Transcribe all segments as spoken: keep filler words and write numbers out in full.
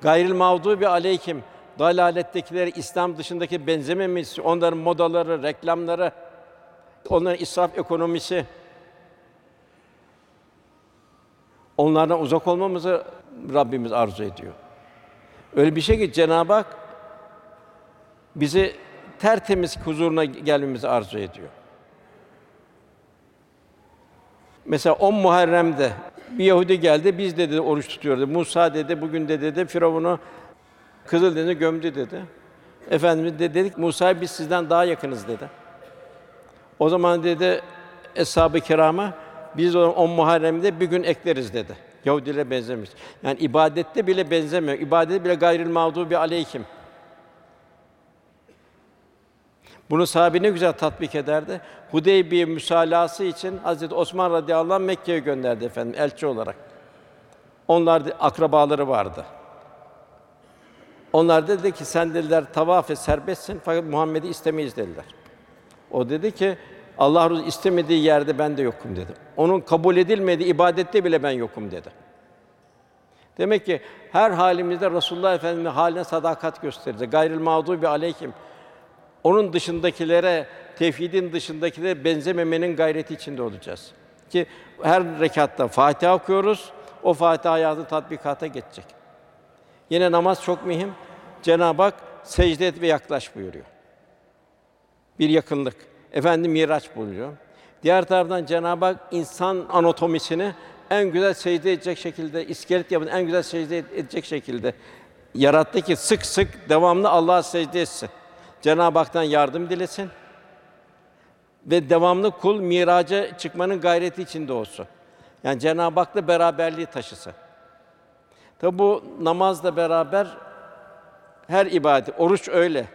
gayril mağdûbi aleyhim, dalalettekileri, İslam dışındaki benzememiz, onların modaları, reklamları, onların israf ekonomisi, onlardan uzak olmamızı Rabbimiz arzu ediyor. Öyle bir şey ki Cenab-ı Hak bizi tertemiz huzuruna gelmemizi arzu ediyor. Mesela on Muharrem'de bir Yahudi geldi, biz de dedi oruç tutuyordu. Musa dedi, bugün de dedi Firavun'u Kızıldeniz'e gömdü dedi. Efendimiz de dedik, Musa'ya biz sizden daha yakınız dedi. O zaman dedi Eshab-ı Kirâm'a, biz on Muharrem'de bir gün ekleriz dedi. Yahudilere benzemiş. Yani ibadette bile benzemiyor. İbadette bile gayril mağdûbi aleyhim. Bunu sahabe ne güzel tatbik ederdi. Hudeybiye müsalası için Hazreti Osman radıyallahu anh Mekke'ye gönderdi efendim elçi olarak. Onlar da akrabaları vardı. Onlar dedi ki sen dediler tavaf et serbestsin fakat Muhammed'i istemeyiz dediler. O dedi ki Allah Resulü istemediği yerde ben de yokum dedi. Onun kabul edilmediği ibadette bile ben yokum dedi. Demek ki her halimizde Resulullah Efendimiz'in haline sadakat göstereceğiz. Gayril mağdûbi aleyhim. Onun dışındakilere, tevhidin dışındakilere benzememenin gayreti içinde olacağız. Ki her rekatta Fatiha okuyoruz. O Fatiha hayatı tatbikata geçecek. Yine namaz çok mühim. Cenab-ı Hak secde et ve yaklaş buyuruyor. Bir yakınlık. Efendim Miraç buyuruyor. Diğer taraftan Cenab-ı Hak insan anatomisini en güzel secde edecek şekilde, iskelet yapını en güzel secde edecek şekilde yarattı ki sık sık devamlı Allah'a secde etsin. Cenab-ı Hak'tan yardım dilesin ve devamlı kul miraca çıkmanın gayreti içinde olsun. Yani Cenab-ı Hak'la beraberliği taşısın. Tabi bu namazla beraber her ibadet, oruç öyle.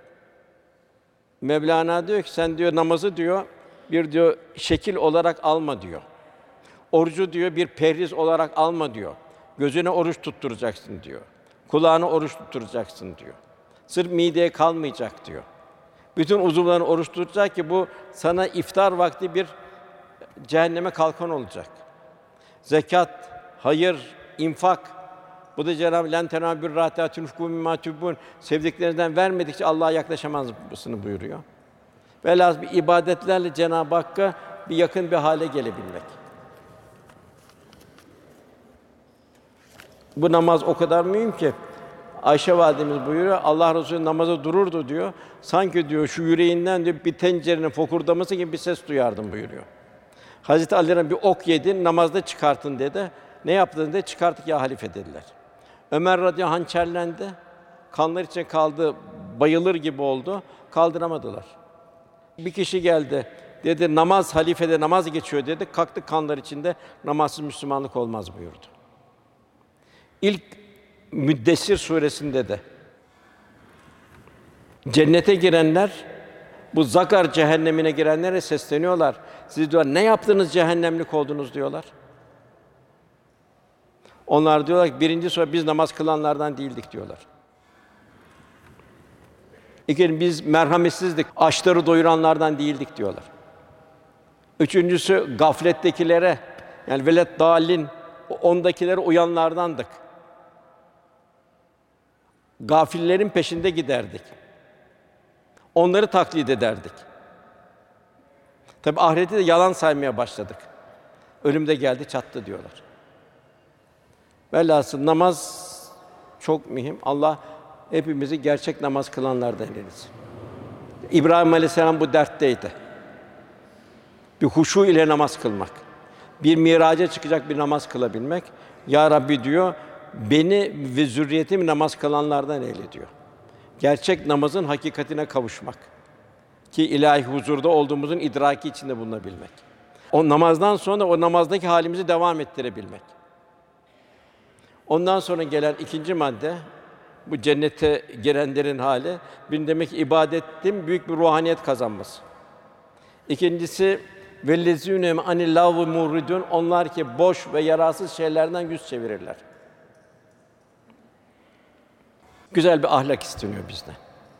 Mevlana diyor ki sen diyor namazı diyor bir diyor şekil olarak alma diyor. Orucu diyor bir perhiz olarak alma diyor. Gözüne oruç tutturacaksın diyor. Kulağına oruç tutturacaksın diyor. Sırf mideye kalmayacak diyor. Bütün uzuvlarını oruç tutacak ki bu sana iftar vakti bir cehenneme kalkan olacak. Zekat, hayır, infak. Bu da Cenab-ı "Len tenâlû birra hattâ tunfiqû mimmâ tuhibbûn." Sevdiklerinizden vermedikçe Allah'a yaklaşamazsınız buyuruyor. Velhâsıl bir ibadetlerle Cenab-ı Hakk'a bir yakın bir hale gelebilmek. Bu namaz o kadar mühim ki Ayşe validemiz buyuruyor, Allah Resulü namaza dururdu diyor. Sanki diyor şu yüreğinden diyor bir tencerenin fokurdaması gibi bir ses duyardım buyuruyor. Hazreti Ali'den bir ok yedin, namazda çıkartın dedi. Ne yaptın dedi, çıkarttık ya halife dediler. Ömer radıyallahu anh hançerlendi. Kanlar içinde kaldı, bayılır gibi oldu. Kaldıramadılar. Bir kişi geldi. Dedi namaz halifede namaz geçiyor dedi. Kalktı kanlar içinde. Namazsız Müslümanlık olmaz buyurdu. İlk Müddessir suresinde de cennete girenler bu Zakar cehennemine girenlere sesleniyorlar. Siz diyorlar ne yaptınız cehennemlik oldunuz diyorlar. Onlar diyorlar ki birinci soru biz namaz kılanlardan değildik diyorlar. İkinci biz merhametsizdik, açları doyuranlardan değildik diyorlar. Üçüncüsü gaflettekilere yani velet dâlin ondakilere uyanlardandık. Gafillerin peşinde giderdik. Onları taklit ederdik. Tabi ahireti de yalan saymaya başladık. Ölüm de geldi çattı diyorlar. Velhasıl namaz çok mühim. Allah hepimizi gerçek namaz kılanlardan eylesin. İbrahim Aleyhisselam bu dertteydi. Bir huşu ile namaz kılmak. Bir miraca çıkacak bir namaz kılabilmek. Ya Rabbi diyor, beni ve zürriyetimi namaz kılanlardan eyle diyor. Gerçek namazın hakikatine kavuşmak. Ki ilahi huzurda olduğumuzun idraki içinde bulunabilmek. O namazdan sonra o namazdaki halimizi devam ettirebilmek. Ondan sonra gelen ikinci madde, bu cennete girenlerin hali, bir demek ki ibadetin büyük bir ruhaniyet kazanması. İkincisi vellezîne anil lâgvi muridûn, onlar ki boş ve yararsız şeylerden yüz çevirirler. Güzel bir ahlak isteniyor bizden.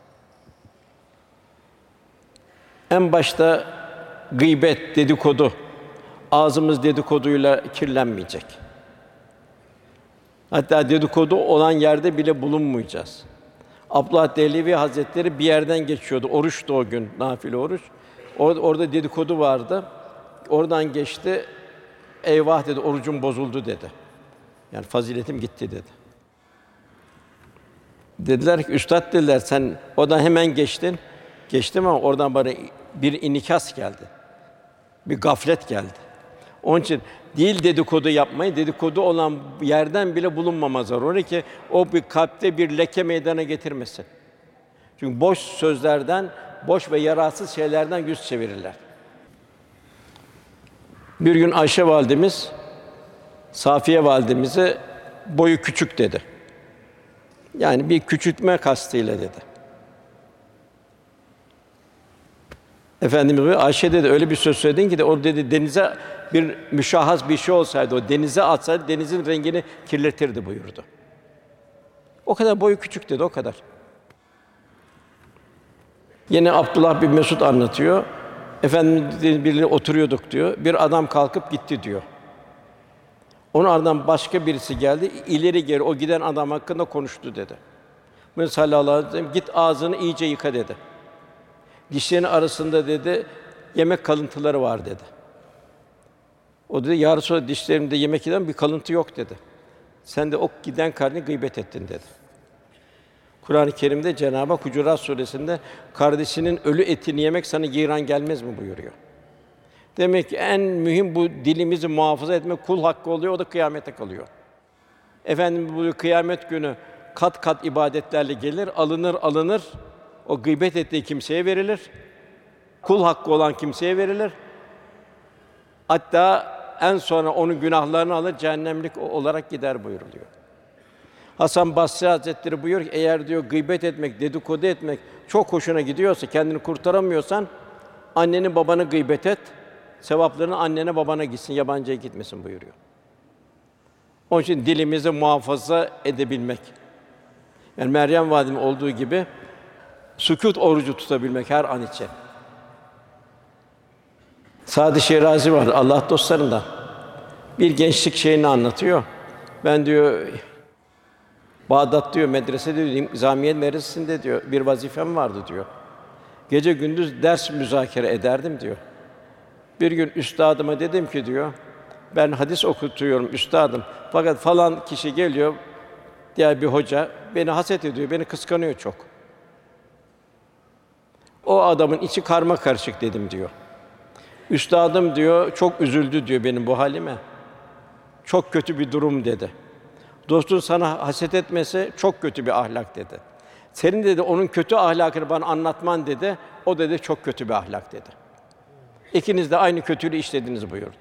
En başta gıybet, dedikodu, ağzımız dedikoduyla kirlenmeyecek. Hatta dedikodu olan yerde bile bulunmayacağız. Abdullah Dehlevi Hazretleri bir yerden geçiyordu. Oruçtu o gün, nafile oruç. Orada, orada dedikodu vardı. Oradan geçti. Eyvah dedi, orucum bozuldu dedi. Yani faziletim gitti dedi. Dediler ki, üstad dediler, sen oradan hemen geçtin. Geçtim ama oradan bana bir inikas geldi. Bir gaflet geldi. Onun için değil dedikodu yapmayı, dedikodu olan yerden bile bulunmama zaruri ki o bir kalpte bir leke meydana getirmesin. Çünkü boş sözlerden, boş ve yararsız şeylerden yüz çevirirler. Bir gün Ayşe validemiz Safiye validemize boyu küçük dedi. Yani bir küçültme kastıyla dedi. Efendimiz Ayşe dedi, öyle bir söz söyledin ki de o dedi denize bir müşahhas bir şey olsaydı, o denize atsaydı denizin rengini kirletirdi buyurdu. O kadar boyu küçük dedi, o kadar. Yine Abdullah bin Mesud anlatıyor. Efendimiz biriyle oturuyorduk diyor. Bir adam kalkıp gitti diyor. Onun ardından başka birisi geldi. İleri geri o giden adam hakkında konuştu dedi. Mesela sallallahu aleyhi ve sellem git ağzını iyice yıka dedi. Dişlerinin arasında dedi yemek kalıntıları var dedi. O dedi ya Resulallah dişlerimde yemek yeden bir kalıntı yok dedi. Sen de o giden kardeşine gıybet ettin dedi. Kur'an-ı Kerim'de Cenab-ı Hak Hucurat Suresi'nde kardeşinin ölü etini yemek sana giran gelmez mi buyuruyor. Demek ki en mühim bu dilimizi muhafaza etmek kul hakkı oluyor, o da kıyamete kalıyor. Efendim bu kıyamet günü kat kat ibadetlerle gelir, alınır alınır, o gıybet ettiği kimseye verilir. Kul hakkı olan kimseye verilir. Hatta en sonra onun günahlarını alır, cehennemlik olarak gider buyuruluyor. Hasan Basri Hazretleri buyuruyor ki, eğer diyor gıybet etmek, dedikodu etmek çok hoşuna gidiyorsa, kendini kurtaramıyorsan, anneni babanı gıybet et, sevapların annene babana gitsin, yabancıya gitmesin buyuruyor. Onun için dilimizi muhafaza edebilmek. Yani Meryem validemiz olduğu gibi sükût orucu tutabilmek her an için. Sâd-ı Şirazi var, Allah dostlarından. Bir gençlik şeyini anlatıyor. Ben diyor Bağdat diyor medresede diyor Nizamiye medresesinde diyor bir vazifem vardı diyor. Gece gündüz ders müzakere ederdim diyor. Bir gün üstadıma dedim ki diyor ben hadis okutuyorum üstadım. Fakat falan kişi geliyor diğer bir hoca beni haset ediyor, beni kıskanıyor çok. O adamın içi karma karışık dedim diyor. Üstadım diyor çok üzüldü diyor benim bu halime. Çok kötü bir durum dedi. Dostun sana haset etmesi çok kötü bir ahlak dedi. Senin dedi onun kötü ahlakını bana anlatman dedi. O dedi çok kötü bir ahlak dedi. İkiniz de aynı kötülüğü işlediniz buyurdu.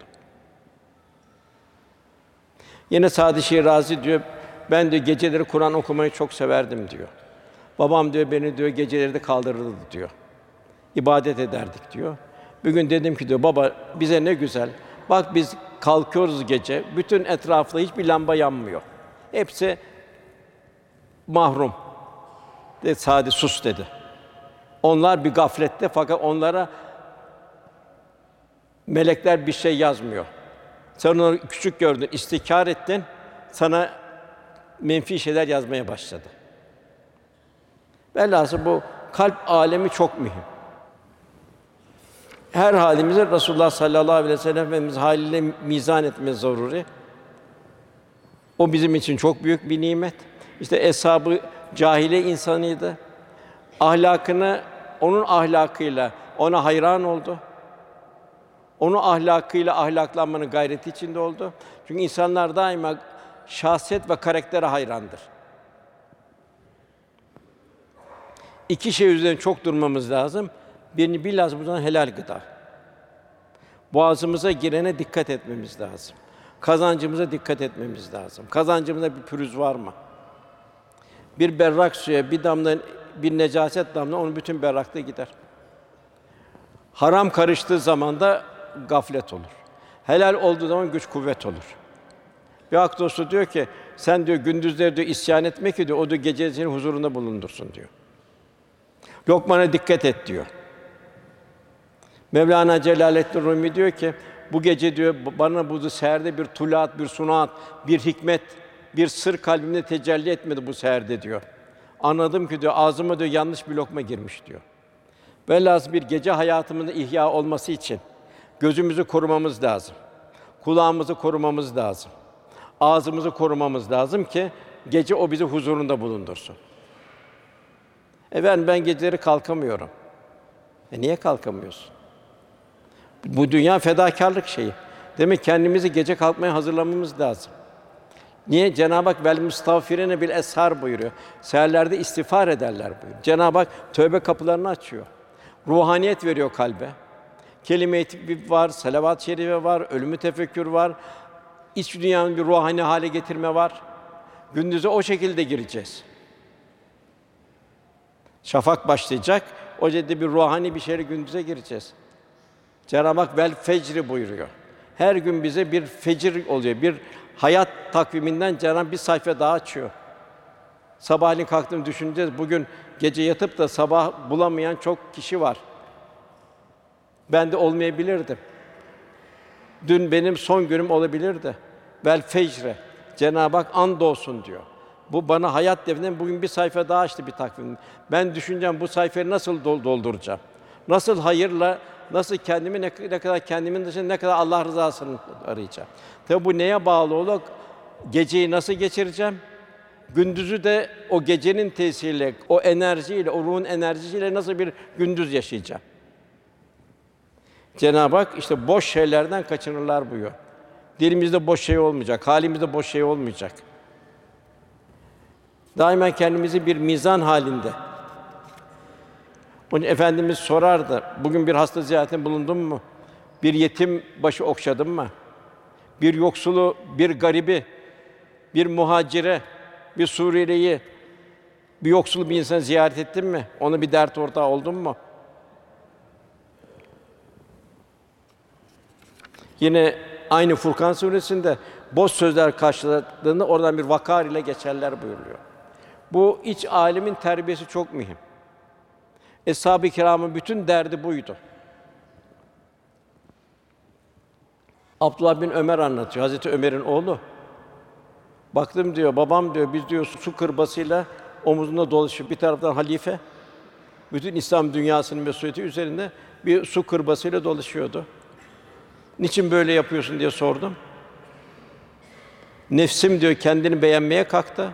Yine Sâd-ı Şirazi diyor ben diyor geceleri Kur'an okumayı çok severdim diyor. Babam diyor beni diyor geceleri de kaldırırdı diyor. İbadet ederdik diyor. Bir gün dedim ki diyor baba bize ne güzel. Bak biz kalkıyoruz gece. Bütün etrafta hiçbir lamba yanmıyor. Hepsi mahrum. De sadece sus dedi. Onlar bir gaflette fakat onlara melekler bir şey yazmıyor. Sen onu küçük gördün, istikâr ettin, sana menfi şeyler yazmaya başladı. Velhâsıl bu kalp alemi çok mühim. Her halimizi Resulullah sallallahu aleyhi ve sellem Efendimiz haliyle mizan etmemiz zaruri. O bizim için çok büyük bir nimet. İşte eshab-ı cahile insanıydı. Ahlakını onun ahlakıyla ona hayran oldu. Onun ahlakıyla ahlaklanmanın gayreti içinde oldu. Çünkü insanlar daima şahsiyet ve karaktere hayrandır. İki şey üzerine çok durmamız lazım. Birini bilhassa bundan helal gıda. Boğazımıza girene dikkat etmemiz lazım. Kazancımıza dikkat etmemiz lazım. Kazancımızda bir pürüz var mı? Bir berrak suya bir damla bir necaset damla onun bütün berraklığı gider. Haram karıştığı zaman da gaflet olur. Helal olduğu zaman güç kuvvet olur. Bir hak dostu diyor ki sen diyor gündüzleri diyor isyan etme ki diyor o diyor gece senin huzurunda bulundursun diyor. Lokmana dikkat et diyor. Mevlana Celaleddin Rumi diyor ki bu gece diyor bana bu seherde bir tulaat, bir sunaat, bir hikmet bir sır kalbimde tecelli etmedi bu seherde diyor. Anladım ki diyor ağzıma diyor yanlış bir lokma girmiş diyor. Velhâsıl bir gece hayatımızın ihya olması için gözümüzü korumamız lazım. Kulağımızı korumamız lazım. Ağzımızı korumamız lazım ki gece o bizi huzurunda bulundursun. Efendim ben geceleri kalkamıyorum. E niye kalkamıyorsun? Bu dünya fedakârlık şeyi. Demek kendimizi gece kalkmaya hazırlamamız lazım. Niye? Cenab-ı Hak vel müstağfirine bil eshar buyuruyor. Seherlerde istiğfar ederler buyuruyor. Cenab-ı Hak tövbe kapılarını açıyor. Ruhaniyet veriyor kalbe. Kelime-i tevhid var, salavat-ı şerife var, ölümü tefekkür var. İç dünyanın bir ruhani hale getirme var. Gündüze o şekilde gireceğiz. Şafak başlayacak, o şekilde bir ruhani bir şeyle gündüze gireceğiz. Cenab-ı Hak vel fecri buyuruyor. Her gün bize bir fecir oluyor, bir hayat takviminden Cenab-ı Hak bir sayfa daha açıyor. Sabahleyin kalktığımı düşüneceğiz. Bugün gece yatıp da sabah bulamayan çok kişi var. Ben de olmayabilirdim. Dün benim son günüm olabilirdi. Vel fecre. Cenab-ı Hak andolsun diyor. Bu bana hayat defterinden bugün bir sayfa daha açtı bir takvim. Ben düşüneceğim bu sayfayı nasıl dolduracağım? Nasıl hayırla, nasıl kendimi ne, ne kadar kendimin dışında ne kadar Allah rızasını arayacağım. Tabi bu neye bağlı olur? Geceyi nasıl geçireceğim? Gündüzü de o gecenin tesiriyle, o enerjiyle, o ruhun enerjisiyle nasıl bir gündüz yaşayacağım? Cenab-ı Hak işte boş şeylerden kaçınırlar buyuruyor. Dilimizde boş şey olmayacak, halimizde boş şey olmayacak. Daima kendimizi bir mizan halinde. Onun Efendimiz sorardı, bugün bir hasta ziyaretinde bulundun mu? Bir yetim başı okşadın mı? Bir yoksulu, bir garibi, bir muhacire, bir Suriyeliyi, bir yoksul bir insanı ziyaret ettin mi? Ona bir dert ortağı oldun mu? Yine aynı Furkan suresinde boş sözler karşıladığında oradan bir vakar ile geçerler buyuruyor. Bu iç âlemin terbiyesi çok mühim. Eshab-ı Kiram'ın bütün derdi buydu. Abdullah bin Ömer anlatıyor, Hazreti Ömer'in oğlu. Baktım diyor, babam diyor, biz diyor su kırbasıyla omuzunda dolaşıyor. Bir taraftan halife, bütün İslam dünyasının mesuliyeti üzerinde bir su kırbasıyla dolaşıyordu. Niçin böyle yapıyorsun diye sordum. Nefsim diyor kendini beğenmeye kalktı.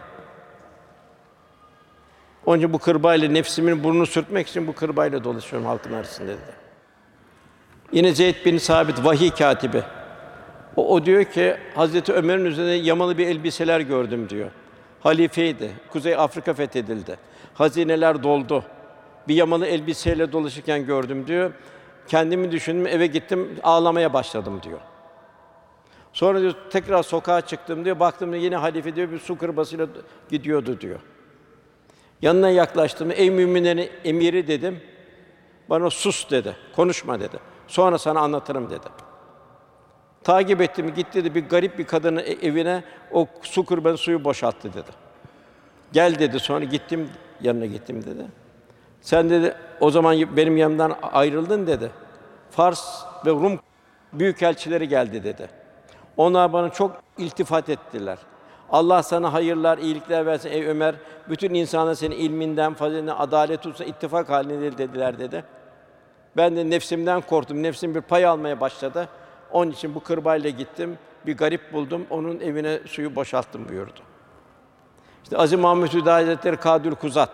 Onun için bu kırbayla nefsimin burnunu sürtmek için bu kırbayla dolaşıyorum halkın arasında dedi. Yine Zeyd bin Sabit vahiy kâtibi. O, o diyor ki Hazreti Ömer'in üzerinde yamalı bir elbiseler gördüm diyor. Halifeydi. Kuzey Afrika fethedildi. Hazineler doldu. Bir yamalı elbiseyle dolaşırken gördüm diyor. Kendimi düşündüm, eve gittim, ağlamaya başladım diyor. Sonra diyor tekrar sokağa çıktım diyor. Baktım diyor, yine halife diyor bir su kırbasıyla gidiyordu diyor. Yanına yaklaştım. Ey müminlerin emiri dedim. Bana sus dedi. Konuşma dedi. Sonra sana anlatırım dedi. Takip ettim, gitti dedi bir garip bir kadının evine o su kırbası suyu boşalttı dedi. Gel dedi. Sonra gittim yanına gittim dedi. Sen dedi o zaman benim yanımdan ayrıldın dedi. Fars ve Rum büyükelçileri geldi dedi. Onlar bana çok iltifat ettiler. Allah sana hayırlar, iyilikler versin ey Ömer. Bütün insanlar senin ilminden, faziletinden, adalet olsun, ittifak halinde dediler dedi. Ben de nefsimden korktum. Nefsim bir pay almaya başladı. Onun için bu kırbayla gittim. Bir garip buldum. Onun evine suyu boşalttım buyurdu. İşte Aziz Mahmud Hüdayi Hazretleri Kâdül Kuzat.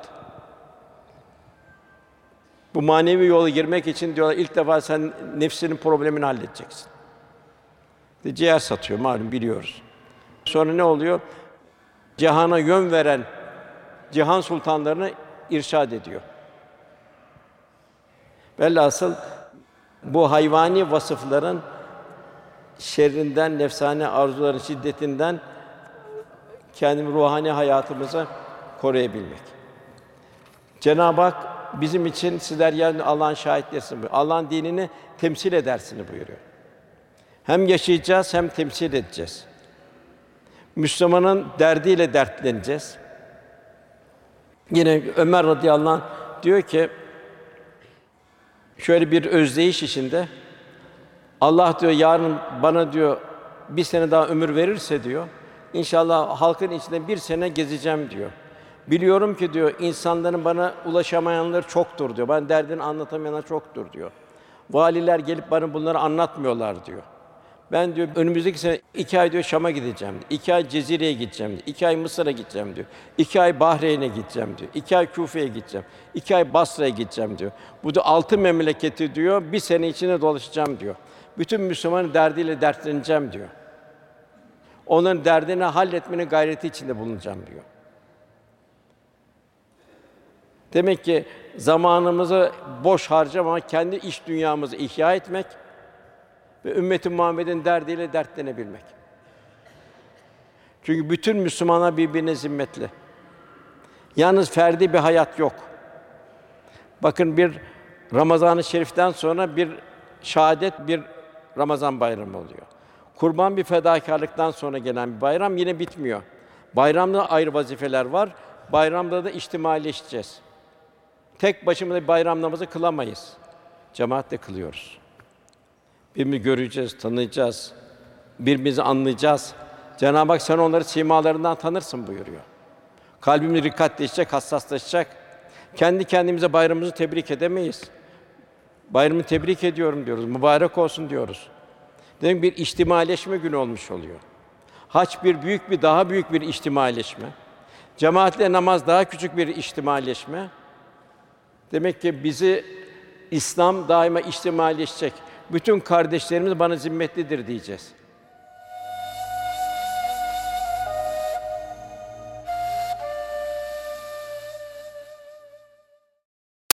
Bu manevi yola girmek için diyorlar ilk defa sen nefsinin problemini halledeceksin. İşte ciğer satıyor malum biliyoruz. Sonra ne oluyor? Cihana yön veren cihan sultanlarını irşad ediyor. Velhasıl bu hayvani vasıfların şerrinden, nefsani arzuların şiddetinden kendimi ruhani hayatımıza koruyabilmek. Cenab-ı Hak bizim için sizler yarın Allah'ın şahitlersiniz buyuruyor. Allah'ın dinini temsil edersiniz buyuruyor. Hem yaşayacağız hem temsil edeceğiz. Müslümanın derdiyle dertleneceğiz. Yine Ömer radıyallahu anh diyor ki şöyle bir özdeyiş içinde Allah diyor yarın bana diyor bir sene daha ömür verirse diyor İnşallah halkın içinde bir sene gezeceğim diyor. Biliyorum ki diyor, insanların bana ulaşamayanları çoktur diyor. Bana derdini anlatamayanlar çoktur diyor. Valiler gelip bana bunları anlatmıyorlar diyor. Ben diyor önümüzdeki sene iki ay diyor Şam'a gideceğim, iki ay Cezire'ye gideceğim, diyor. iki ay Mısır'a gideceğim diyor, iki ay Bahreyn'e gideceğim diyor, iki ay Küfe'ye gideceğim, iki ay Basra'ya gideceğim diyor. Bu da altı memleketi diyor, bir sene içinde dolaşacağım diyor. Bütün Müslümanın derdiyle dertleneceğim diyor. Onların derdini halletmenin gayreti içinde bulunacağım diyor. Demek ki zamanımızı boş harcamamak, kendi iç dünyamızı ihya etmek ve ümmeti Muhammed'in derdiyle dertlenebilmek. Çünkü bütün Müslümanlar birbirine zimmetli. Yalnız ferdi bir hayat yok. Bakın bir Ramazan-ı Şerif'ten sonra bir şahadet, bir Ramazan bayramı oluyor. Kurban bir fedakârlıktan sonra gelen bir bayram, yine bitmiyor. Bayramda ayrı vazifeler var. Bayramda da içtimaileşeceğiz. Tek başımıza bir bayram namazı kılamayız. Cemaatle kılıyoruz. Birbirimizi göreceğiz, tanıyacağız. Birbirimizi anlayacağız. Cenab-ı Hak sen onları simalarından tanırsın buyuruyor. Kalbimiz rikkatleşecek, hassaslaşacak. Kendi kendimize bayramımızı tebrik edemeyiz. Bayramı tebrik ediyorum diyoruz, mübarek olsun diyoruz. Demek bir içtimaileşme günü olmuş oluyor. Hac bir büyük bir daha büyük bir içtimaileşme. Cemaatle namaz daha küçük bir içtimaileşme. Demek ki bizi İslam daima içtimaileşecek. Bütün kardeşlerimiz bana zimmetlidir diyeceğiz.